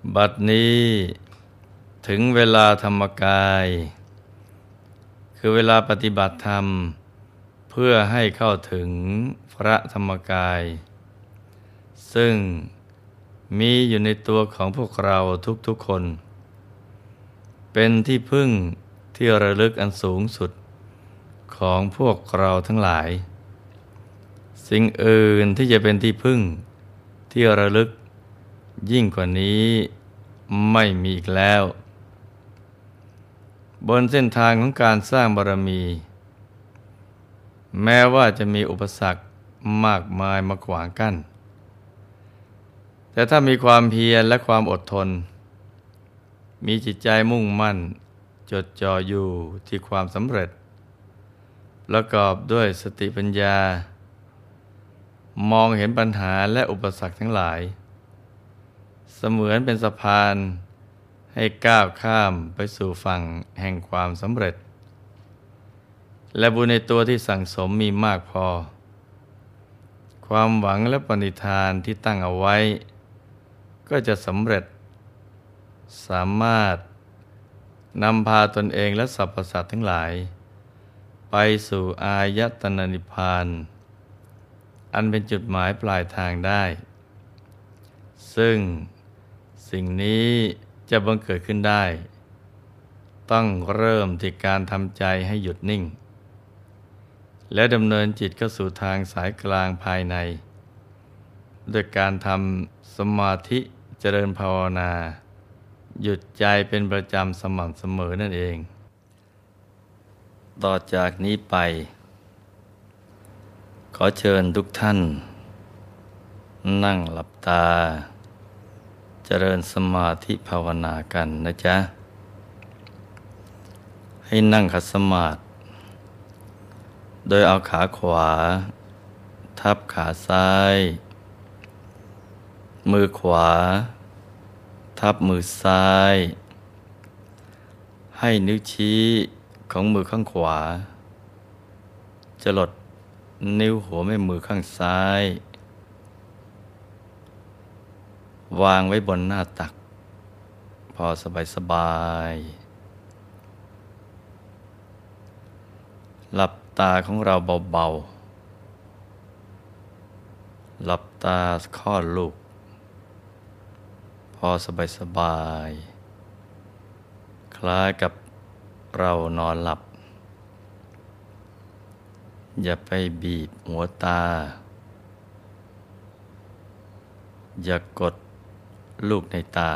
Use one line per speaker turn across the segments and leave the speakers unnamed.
บัดนี้ถึงเวลาธรรมกายคือเวลาปฏิบัติธรรมเพื่อให้เข้าถึงพระธรรมกายซึ่งมีอยู่ในตัวของพวกเราทุกๆคนเป็นที่พึ่งที่ระลึกอันสูงสุดของพวกเราทั้งหลายสิ่งอื่นที่จะเป็นที่พึ่งที่ระลึกยิ่งกว่านี้ไม่มีอีกแล้วบนเส้นทางของการสร้างบารมีแม้ว่าจะมีอุปสรรคมากมายมาขวางกั้นแต่ถ้ามีความเพียรและความอดทนมีจิตใจมุ่งมั่นจดจ่ออยู่ที่ความสำเร็จประกอบด้วยสติปัญญามองเห็นปัญหาและอุปสรรคทั้งหลายเสมือนเป็นสะพานให้ก้าวข้ามไปสู่ฝั่งแห่งความสำเร็จและบุญในตัวที่สั่งสมมีมากพอความหวังและปณิธานที่ตั้งเอาไว้ก็จะสำเร็จสามารถนำพาตนเองและสรรพสัตว์ทั้งหลายไปสู่อายตนะนิพพานอันเป็นจุดหมายปลายทางได้ซึ่งสิ่งนี้จะบังเกิดขึ้นได้ต้องเริ่มที่การทำใจให้หยุดนิ่งและดำเนินจิตเข้าสู่ทางสายกลางภายในโดยการทำสมาธิเจริญภาวนาหยุดใจเป็นประจำสม่ำเสมอนั่นเองต่อจากนี้ไปขอเชิญทุกท่านนั่งหลับตาเจริญสมาธิภาวนากันนะจ๊ะให้นั่งขัดสมาธิโดยเอาขาขวาทับขาซ้ายมือขวาทับมือซ้ายให้นิ้วชี้ของมือข้างขวาจรดนิ้วหัวแม่มือข้างซ้ายวางไว้บนหน้าตักพอสบายหลับตาของเราเบาๆหลับตาคลอดลูกพอสบายคล้ายกับเรานอนหลับอย่าไปบีบหัวตาอย่ากดลูกในตา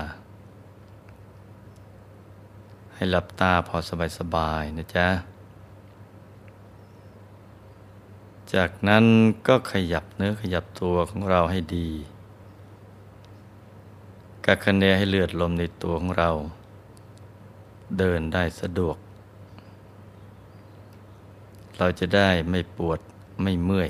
ให้หลับตาพอสบายนะจ๊ะจากนั้นก็ขยับเนื้อขยับตัวของเราให้ดีกะคะเนให้เลือดลมในตัวของเราเดินได้สะดวกเราจะได้ไม่ปวดไม่เมื่อย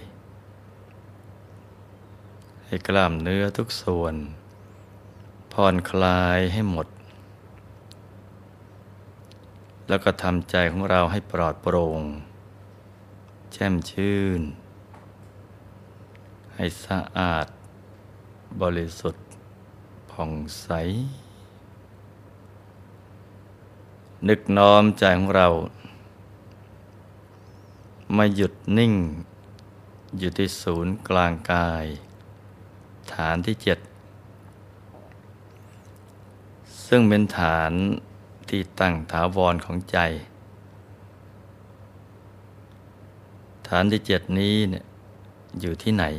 ให้กล้ามเนื้อทุกส่วนผ่อนคลายให้หมดแล้วก็ทำใจของเราให้ปลอดโปร่งแช่มชื่นให้สะอาดบริสุทธิ์ผ่องใสนึกน้อมใจของเรามาหยุดนิ่งอยู่ที่ศูนย์กลางกายฐานที่7ซึ่งเป็นฐานที่ตั้งถาวรของใจฐานที่7นี้เนี่ยอยู่ที่ไหน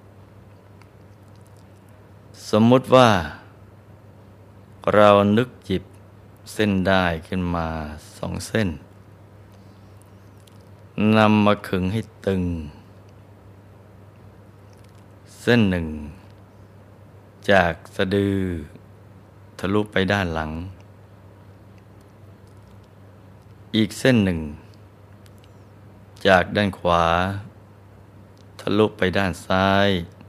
สมมุติว่าเรานึกหยิบเส้นด้ายขึ้นมา2 เส้นนำมาขึงให้ตึงเส้นหนึ่งจากสะดือทะลุไปด้านหลังอีกเส้นหนึ่งจากด้านขวาทะลุไปด้านซ้าย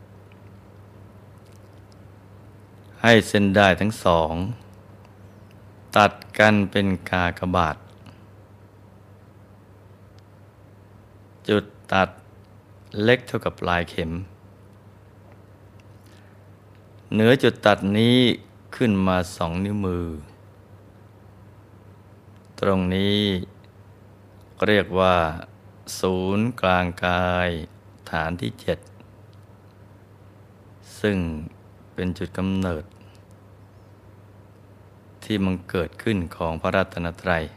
ให้เส้นด้ายทั้งสองตัดกันเป็นกากบาทจุดตัดเล็กเท่ากับปลายเข็มเหนือจุดตัดนี้ขึ้นมา2 นิ้วมือตรงนี้เรียกว่าศูนย์กลางกายฐานที่ 7ซึ่งเป็นจุดกำเนิดที่มันเกิดขึ้นของพระรัตนตรัย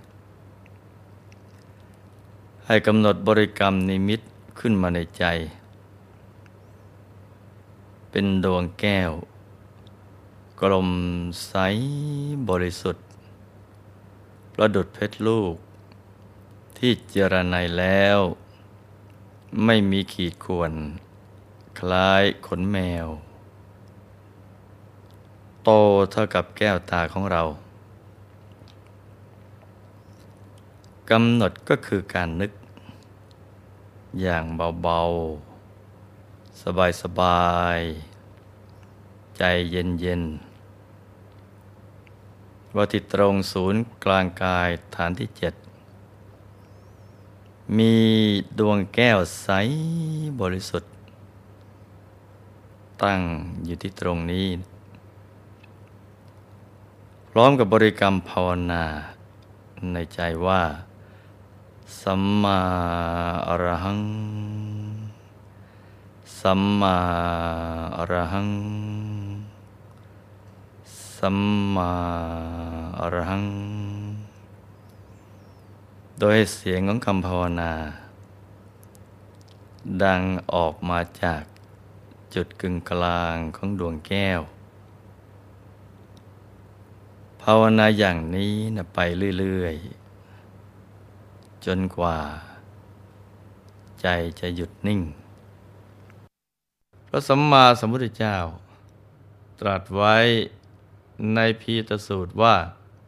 ให้กำหนดบริกรรมนิมิตขึ้นมาในใจเป็นดวงแก้วกลมใสบริสุทธิ์ประดุจเพชรลูกที่เจรไนแล้วไม่มีขีดข่วนคล้ายขนแมวโตเท่ากับแก้วตาของเรากำหนดก็คือการนึกอย่างเบาๆสบายๆใจเย็นๆว่าที่ตรงศูนย์กลางกายฐานที่ 7มีดวงแก้วใสบริสุทธิ์ตั้งอยู่ที่ตรงนี้พร้อมกับบริกรรมภาวนาในใจว่าสัมมาอรหังสัมมาอรหังสัมมาอรหังโดยเสียงของคำภาวนาดังออกมาจากจุดกึ่งกลางของดวงแก้วภาวนาอย่างนี้ไปเรื่อยๆจนกว่าใจจะหยุดนิ่งพระสัมมาสัมพุทธเจ้าตรัสไว้ในพีตสูตรว่า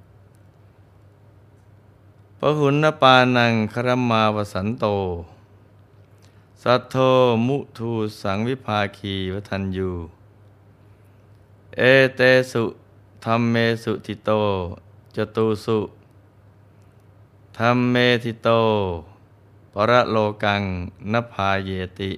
พหุนปานังครมาวสันโตสัทโธมุทูสังวิภาคีวทันยูเอเตสุธัมเมสุทิโตจตุสุธัมเมทิโตปรโลกังนภาเยติ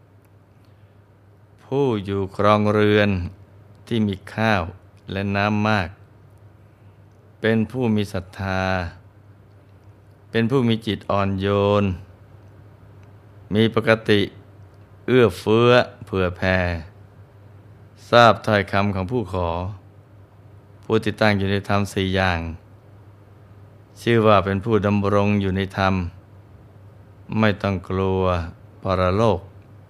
ผู้อยู่ครองเรือนที่มีข้าวและน้ำมากเป็นผู้มีศรัทธาเป็นผู้มีจิตอ่อนโยนมีปกติเอื้อเฟื้อเผื่อแผ่ทราบถ้อยคำของผู้ขอผู้ที่ตั้งอยู่ในธรรม4 อย่างชื่อว่าเป็นผู้ดำรงอยู่ในธรรมไม่ต้องกลัวปรโลก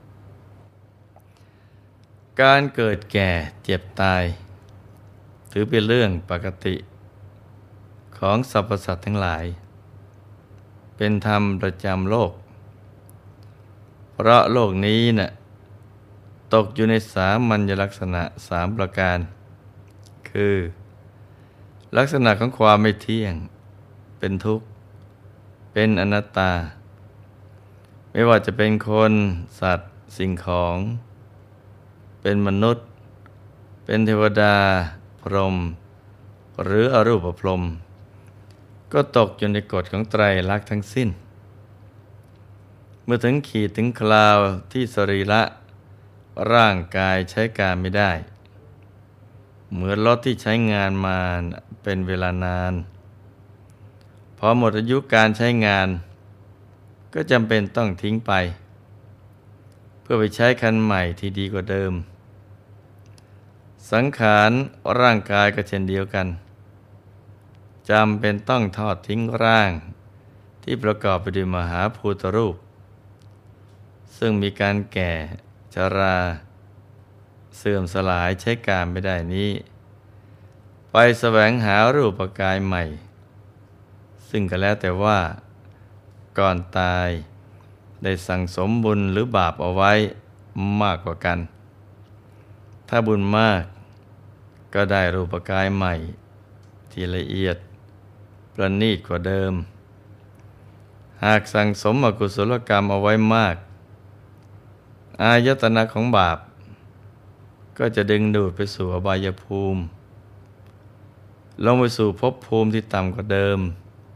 การเกิดแก่เจ็บตายถือเป็นเรื่องปกติของสรรพสัตว์ทั้งหลายเป็นธรรมประจำโลกเพราะโลกนี้ตกอยู่ในสามัญลักษณะ3 ประการคือลักษณะของความไม่เที่ยงเป็นทุกข์เป็นอนัตตาไม่ว่าจะเป็นคนสัตว์สิ่งของเป็นมนุษย์เป็นเทวดาพรหมหรืออรูปพรหมก็ตกอยู่ในกฎของไตรลักษณ์ทั้งสิ้นเมื่อถึงขีดถึงคราวที่สรีระร่างกายใช้การไม่ได้เหมือนรถที่ใช้งานมาเป็นเวลานานพอหมดอายุการใช้งานก็จำเป็นต้องทิ้งไปเพื่อไปใช้คันใหม่ที่ดีกว่าเดิมสังขารร่างกายก็เช่นเดียวกันจำเป็นต้องทอดทิ้งร่างที่ประกอบไปด้วยมหาภูตรูปซึ่งมีการแก่ชราเสื่อมสลายใช้การไม่ได้นี้ไปแสวงหารูปกายใหม่ซึ่งก็แล้วแต่ว่าก่อนตายได้สั่งสมบุญหรือบาปเอาไว้มากกว่ากันถ้าบุญมากก็ได้รูปกายใหม่ที่ละเอียดประณีตกว่าเดิมหากสั่งสมอกุศลกรรมเอาไว้มากอายตนะของบาปก็จะดึงดูดไปสู่อบายภูมิลงไปสู่ภพภูมิที่ต่ำกว่าเดิม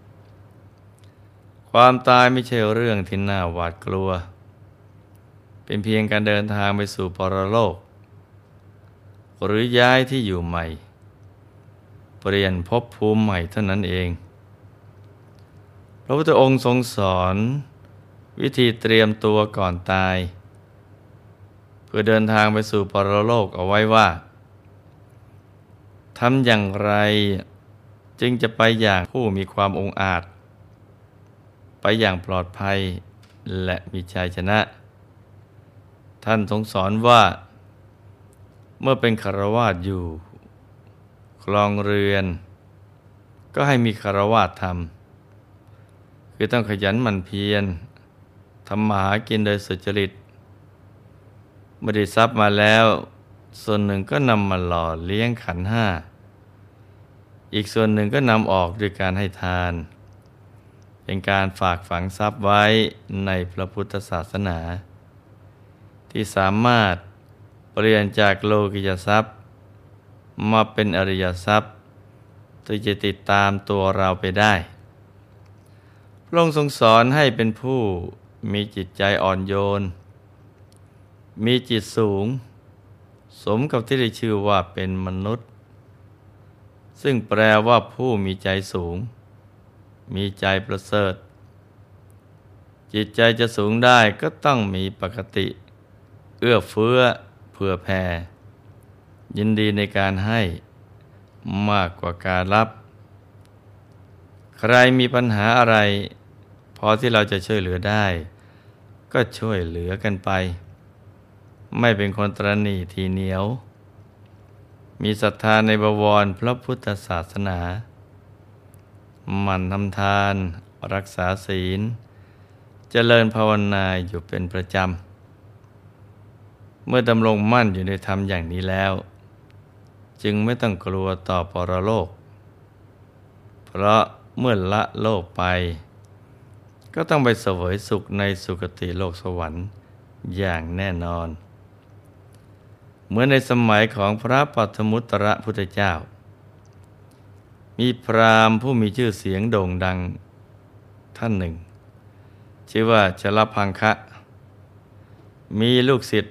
ความตายไม่ใช่เรื่องที่น่าหวาดกลัวเป็นเพียงการเดินทางไปสู่ปรโลกหรือย้ายที่อยู่ใหม่ลี่ยนภพภูมิใหม่เท่านั้นเองพระพุทธองค์ทรงสอนวิธีเตรียมตัวก่อนตายเพื่อเดินทางไปสู่ปรโลกเอาไว้ว่าทำอย่างไรจึงจะไปอย่างผู้มีความองอาจไปอย่างปลอดภัยและมีชัยชนะท่านทรงสอนว่าเมื่อเป็นฆราวาสอยู่ครองเรือนก็ให้มีฆราวาสธรรมคือต้องขยันหมั่นเพียรทำมาหากินโดยสุจริตเมื่อได้ทรัพย์มาแล้วส่วนหนึ่งก็นำมาหล่อเลี้ยงขันธ์ห้าอีกส่วนหนึ่งก็นำออกด้วยการให้ทานเป็นการฝากฝังทรัพย์ไว้ในพระพุทธศาสนาที่สามารถเปลี่ยนจากโลกิยทรัพย์มาเป็นอริยทรัพย์ที่จะติดตามตัวเราไปได้พระองค์ทรงสอนให้เป็นผู้มีจิตใจอ่อนโยนมีจิตสูงสมกับที่ได้ชื่อว่าเป็นมนุษย์ซึ่งแปลว่าผู้มีใจสูงมีใจประเสริฐจิตใจจะสูงได้ก็ต้องมีปกติเอื้อเฟื้อเผื่อแผ่ยินดีในการให้มากกว่าการรับใครมีปัญหาอะไรพอที่เราจะช่วยเหลือได้ก็ช่วยเหลือกันไปไม่เป็นคนตระหนี่ทีเหนียวมีศรัทธาในบวรพระพุทธศาสนาหมั่นทำทานรักษาศีลเจริญภาวนาอยู่เป็นประจำเมื่อดำรงมั่นอยู่ในธรรมอย่างนี้แล้วจึงไม่ต้องกลัวต่อปรโลกเพราะเมื่อละโลกไปก็ต้องไปเสวยสุขในสุคติโลกสวรรค์อย่างแน่นอนเหมือนในสมัยของพระปัทมุตตรพุทธเจ้ามีพราหมณ์ผู้มีชื่อเสียงโด่งดังท่านหนึ่งชื่อว่าชลพังคะมีลูกศิษย์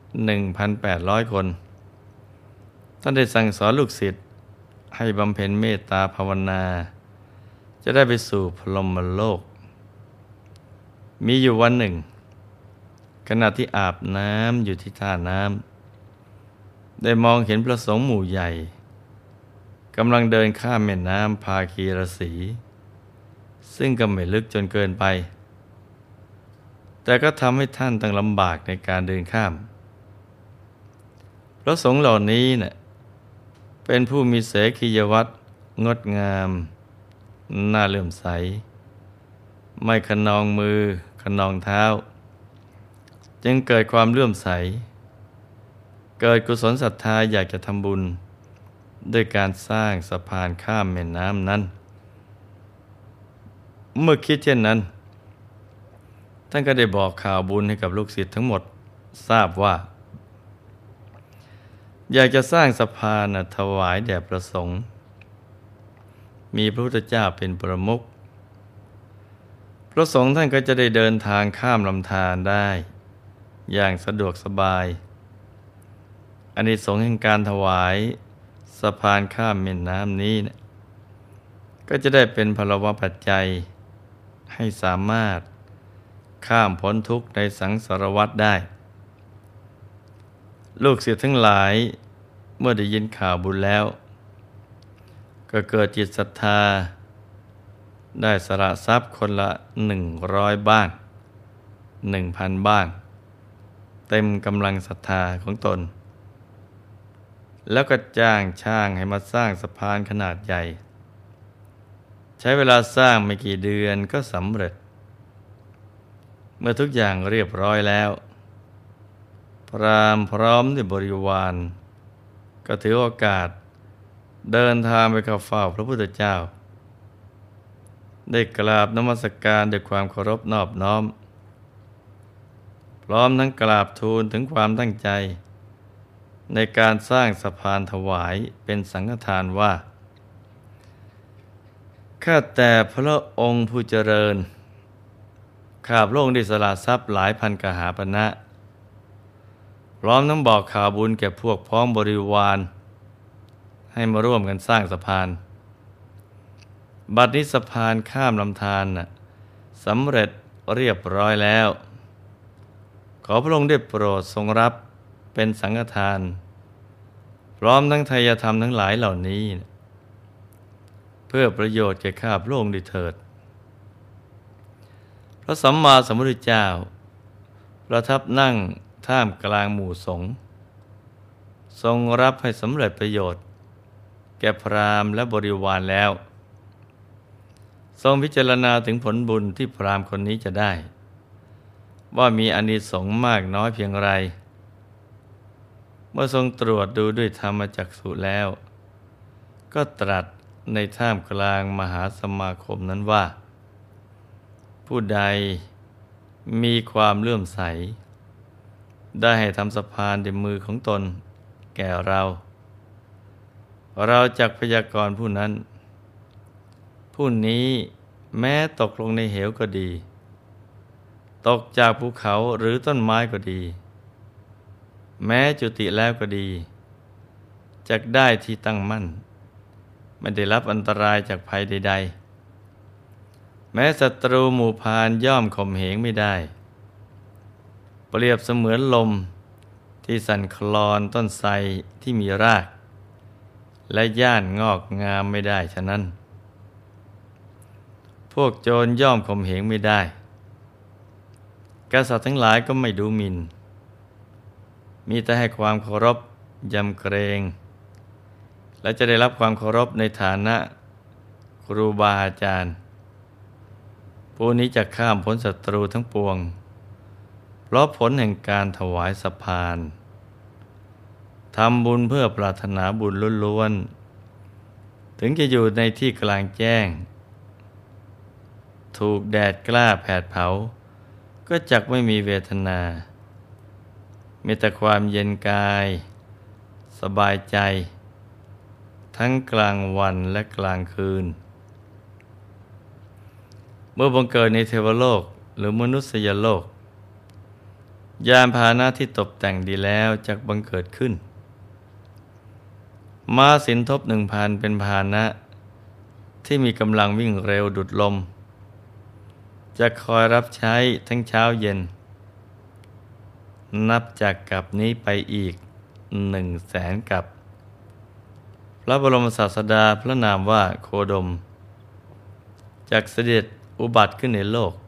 1,800 คนท่านได้สั่งสอนลูกศิษย์ให้บำเพ็ญเมตตาภาวนาจะได้ไปสู่พรหมโลกมีอยู่วันหนึ่งขณะที่อาบน้ำอยู่ที่ท่าน้ำได้มองเห็นพระสงฆ์หมู่ใหญ่กำลังเดินข้ามแม่น้ำภาคีรสีซึ่งก็ไม่ลึกจนเกินไปแต่ก็ทำให้ท่านต้องลำบากในการเดินข้ามพระสงฆ์เหล่านี้เป็นผู้มีเสขียวัตรงดงามน่าเลื่อมใสไม่ขนองมือขนองเท้าจึงเกิดความเลื่อมใสเกิดกุศลศรัทธาอยากจะทำบุญด้วยการสร้างสะพานข้ามแม่น้ำนั้นเมื่อคิดเช่นนั้นท่านก็ได้บอกข่าวบุญให้กับลูกศิษย์ทั้งหมดทราบว่าอยากจะสร้างสะพานถวายแด่พระสงฆ์มีพระพุทธเจ้าเป็นประมุขพระสงฆ์ท่านก็จะได้เดินทางข้ามลำธารได้อย่างสะดวกสบายอานิสงส์แห่งการถวายสะพานข้ามแม่น้ำนี้ก็จะได้เป็นพลวปัจจัยให้สามารถข้ามพ้นทุกข์ในสังสารวัฏได้ลูกศิษย์ทั้งหลายเมื่อได้ยินข่าวบุญแล้วก็เกิดจิตศรัทธาได้สละทรัพย์คนละ100 บ้าง 1,000 บ้างเต็มกำลังศรัทธาของตนแล้วก็จ้างช่างให้มาสร้างสะพานขนาดใหญ่ใช้เวลาสร้างไม่กี่เดือนก็สำเร็จเมื่อทุกอย่างเรียบร้อยแล้วพราหมณ์พร้อมด้วยบริวารก็ถือโอกาสเดินทางไปเข้าเฝ้าพระพุทธเจ้าได้กราบนมัสการด้วยความเคารพนอบน้อมพร้อมทั้งกราบทูลถึงความตั้งใจในการสร้างสะพานถวายเป็นสังฆทานว่าข้าแต่พระองค์ผู้เจริญข้าพระองค์ได้สละทรัพย์หลายพันกหาปณะพร้อมทั้งบอกข่าวบุญแก่พวกพ้องบริวารให้มาร่วมกันสร้างสะพานบัดนี้สะพานข้ามลำธารน่ะสำเร็จเรียบร้อยแล้วขอพระองค์ได้โปรดทรงรับเป็นสังฆทานพร้อมทั้งไทยธรรมทั้งหลายเหล่านี้เพื่อประโยชน์แก่ข้าพระองค์ด้วยเถิดพระสัมมาสัมพุทธเจ้าประทับนั่งท่ามกลางหมู่สงฆ์ทรงรับให้สำเร็จประโยชน์แก่พราหมณ์และบริวารแล้วทรงพิจารณาถึงผลบุญที่พราหมณ์คนนี้จะได้ว่ามีอานิสงส์มากน้อยเพียงไรเมื่อทรงตรวจดูด้วยธรรมจักษุแล้วก็ตรัสในท่ามกลางมหาสมาคมนั้นว่าผู้ใดมีความเลื่อมใสได้ให้ทำสะพานด้วยมือของตนแก่เราจักพยากรณ์ผู้นั้นผู้นี้แม้ตกลงในเหวก็ดีตกจากภูเขาหรือต้นไม้ก็ดีแม้จุติแล้วก็ดีจักได้ที่ตั้งมั่นไม่ได้รับอันตรายจากภัยใดๆแม้ศัตรูหมู่พาลย่อมข่มเหงไม่ได้เปรียบเสมือนลมที่สั่นคลอนต้นไทรที่มีรากและย่านงอกงามไม่ได้ฉะนั้นพวกโจรย่อมข่มเหงไม่ได้กษัตริย์ทั้งหลายก็ไม่ดูหมิ่นมีแต่ให้ความเคารพยำเกรงและจะได้รับความเคารพในฐานะครูบาอาจารย์ผู้นี้จะข้ามพ้นศัตรูทั้งปวงเพราะผลแห่งการถวายสะพานทำบุญเพื่อปรารถนาบุญล้วนๆถึงจะอยู่ในที่กลางแจ้งถูกแดดกล้าแผดเผาก็จักไม่มีเวทนามีแต่ความเย็นกายสบายใจทั้งกลางวันและกลางคืนเมื่อบังเกิดในเทวโลกหรือมนุษยโลกยานพาหนะที่ตกแต่งดีแล้วจักบังเกิดขึ้นม้าสินทบ 1,000 เป็นพาหนะที่มีกำลังวิ่งเร็วดุจลมจะคอยรับใช้ทั้งเช้าเย็นนับจากกลับนี้ไปอีก100,000 กลับพระบรมศาสดาพระนามว่าโคดมจักเสด็จอุบัติขึ้นในโลก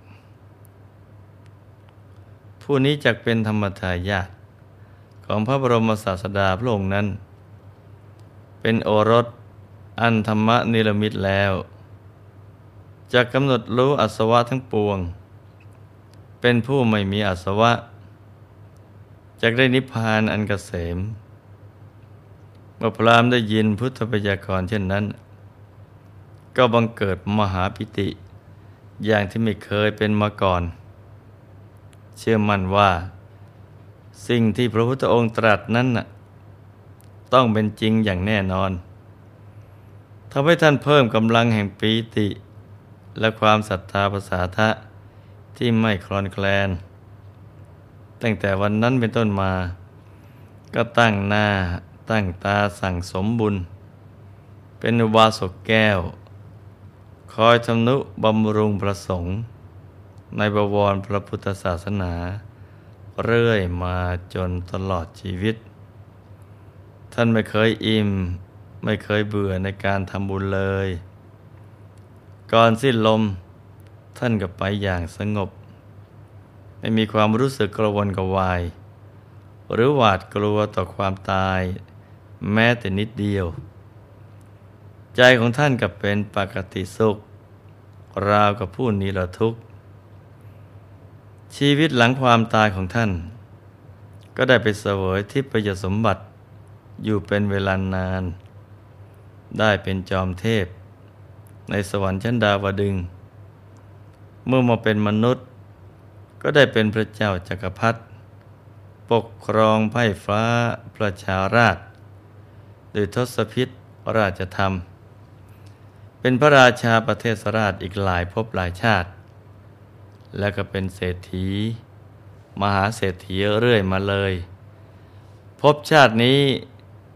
ผู้นี้จักเป็นธรรมทายาทของพระบรมศาสดาพระองค์นั้นเป็นโอรสอันธรรมนิรมิตแล้วจะกำหนดรู้อาสวะทั้งปวงเป็นผู้ไม่มีอาสวะจักได้นิพพานอันเกษมเมื่อพราหมณ์ได้ยินพุทธพยากรณ์เช่นนั้นก็บังเกิดมหาปิติอย่างที่ไม่เคยเป็นมาก่อนเชื่อมั่นว่าสิ่งที่พระพุทธองค์ตรัสนั้นต้องเป็นจริงอย่างแน่นอนทำให้ท่านเพิ่มกำลังแห่งปีติและความศรัทธาภาษาทะที่ไม่คลอนแคลนตั้งแต่วันนั้นเป็นต้นมาก็ตั้งหน้าตั้งตาสั่งสมบุญเป็นอุบาสกแก้วคอยทำนุบำรุงพระสงฆ์ในบวรพระพุทธศาสนาเรื่อยมาจนตลอดชีวิตท่านไม่เคยอิ่มไม่เคยเบื่อในการทำบุญเลยก่อนสิ้นลมท่านก็ไปอย่างสงบไม่มีความรู้สึกกระวนกระวายหรือหวาดกลัวต่อความตายแม้แต่นิดเดียวใจของท่านก็เป็นปกติสุขราวกับผู้นิรทุกข์ชีวิตหลังความตายของท่านก็ได้ไปเสวยทิพยสมบัติอยู่เป็นเวลานานได้เป็นจอมเทพในสวรรค์ชั้นดาวดึงส์เมื่อมาเป็นมนุษย์ก็ได้เป็นพระเจ้าจักรพรรดิปกครองไพร่ฟ้าประชาราษฎร์โดยทศพิธราชธรรมเป็นพระราชาประเทศราชอีกหลายภพหลายชาติและก็เป็นเศรษฐีมหาเศรษฐีเรื่อยมาเลยภพชาตินี้ก็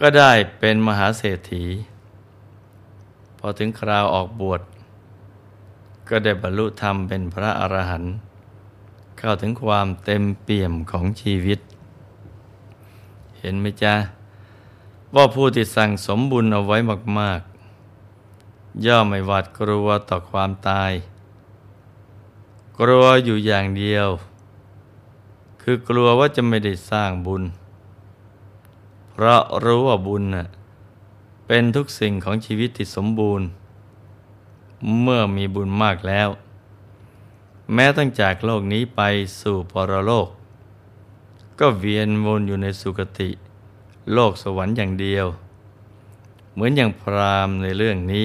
ก็ได้เป็นมหาเศรษฐีพอถึงคราวออกบวชก็ได้บรรลุธรรมเป็นพระอรหันต์เข้าถึงความเต็มเปี่ยมของชีวิตเห็นไหมจ๊ะว่าผู้ที่สั่งสมบุญเอาไว้มากๆย่อมไม่หวาดกลัวต่อความตายกลัวอยู่อย่างเดียวคือกลัวว่าจะไม่ได้สร้างบุญเพราะรู้ว่าบุญน่ะเป็นทุกสิ่งของชีวิตที่สมบูรณ์เมื่อมีบุญมากแล้วแม้ต้องจากโลกนี้ไปสู่ปรโลกก็เวียนวนอยู่ในสุคติโลกสวรรค์อย่างเดียวเหมือนอย่างพราหมณ์ในเรื่องนี้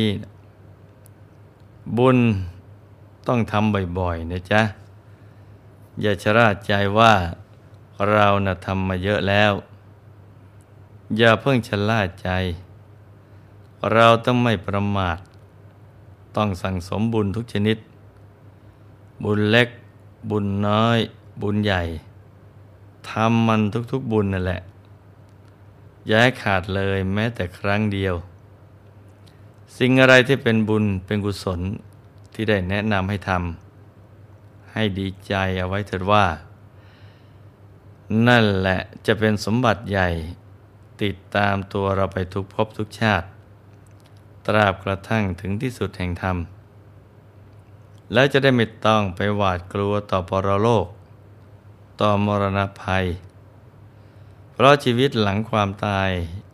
บุญต้องทำบ่อยๆนะจ๊ะอย่าชะล่าใจว่าเราน่ะทำมาเยอะแล้วอย่าเพิ่งชะล่าใจเราต้องไม่ประมาทต้องสั่งสมบุญทุกชนิดบุญเล็กบุญน้อยบุญใหญ่ทำมันทุกๆบุญนั่นแหละอย่าให้ขาดเลยแม้แต่ครั้งเดียวสิ่งอะไรที่เป็นบุญเป็นกุศลที่ได้แนะนำให้ทำให้ดีใจเอาไว้เถิดว่านั่นแหละจะเป็นสมบัติใหญ่ติดตามตัวเราไปทุกภพทุกชาติตราบกระทั่งถึงที่สุดแห่งธรรมแล้วจะได้ไม่ต้องไปหวาดกลัวต่อปรโลกต่อมรณภัยเพราะชีวิตหลังความตาย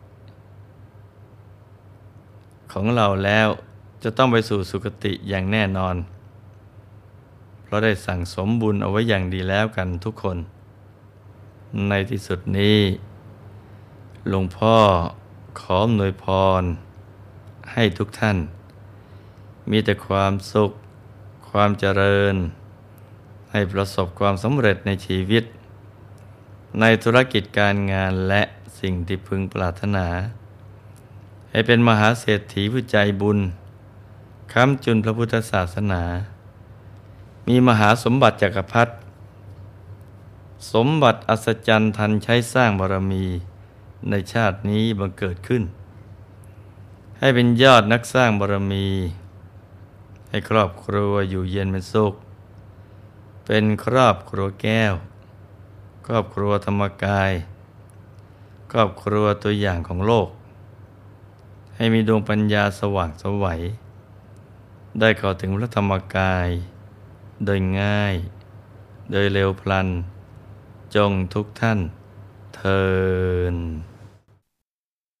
ของเราแล้วจะต้องไปสู่สุคติอย่างแน่นอนเพราะได้สั่งสมบุญเอาไว้อย่างดีแล้วกันทุกคนในที่สุดนี้หลวงพ่อขออำนวยพรให้ทุกท่านมีแต่ความสุขความเจริญให้ประสบความสำเร็จในชีวิตในธุรกิจการงานและสิ่งที่พึงปรารถนาให้เป็นมหาเศรษฐีผู้ใจบุญค้ำจุนพระพุทธศาสนามีมหาสมบัติจักรพรรดิสมบัติอัศจรรย์ทันใช้สร้างบารมีในชาตินี้บังเกิดขึ้นให้เป็นยอดนักสร้างบารมีให้ครอบครัวอยู่เย็นเป็นสุขเป็นครอบครัวแก้วครอบครัวธรรมกายครอบครัวตัวอย่างของโลกให้มีดวงปัญญาสว่างไสวได้เข้าถึงพระธรรมกายโดยง่ายโดยเร็วพลันจงทุกท่านเทอญ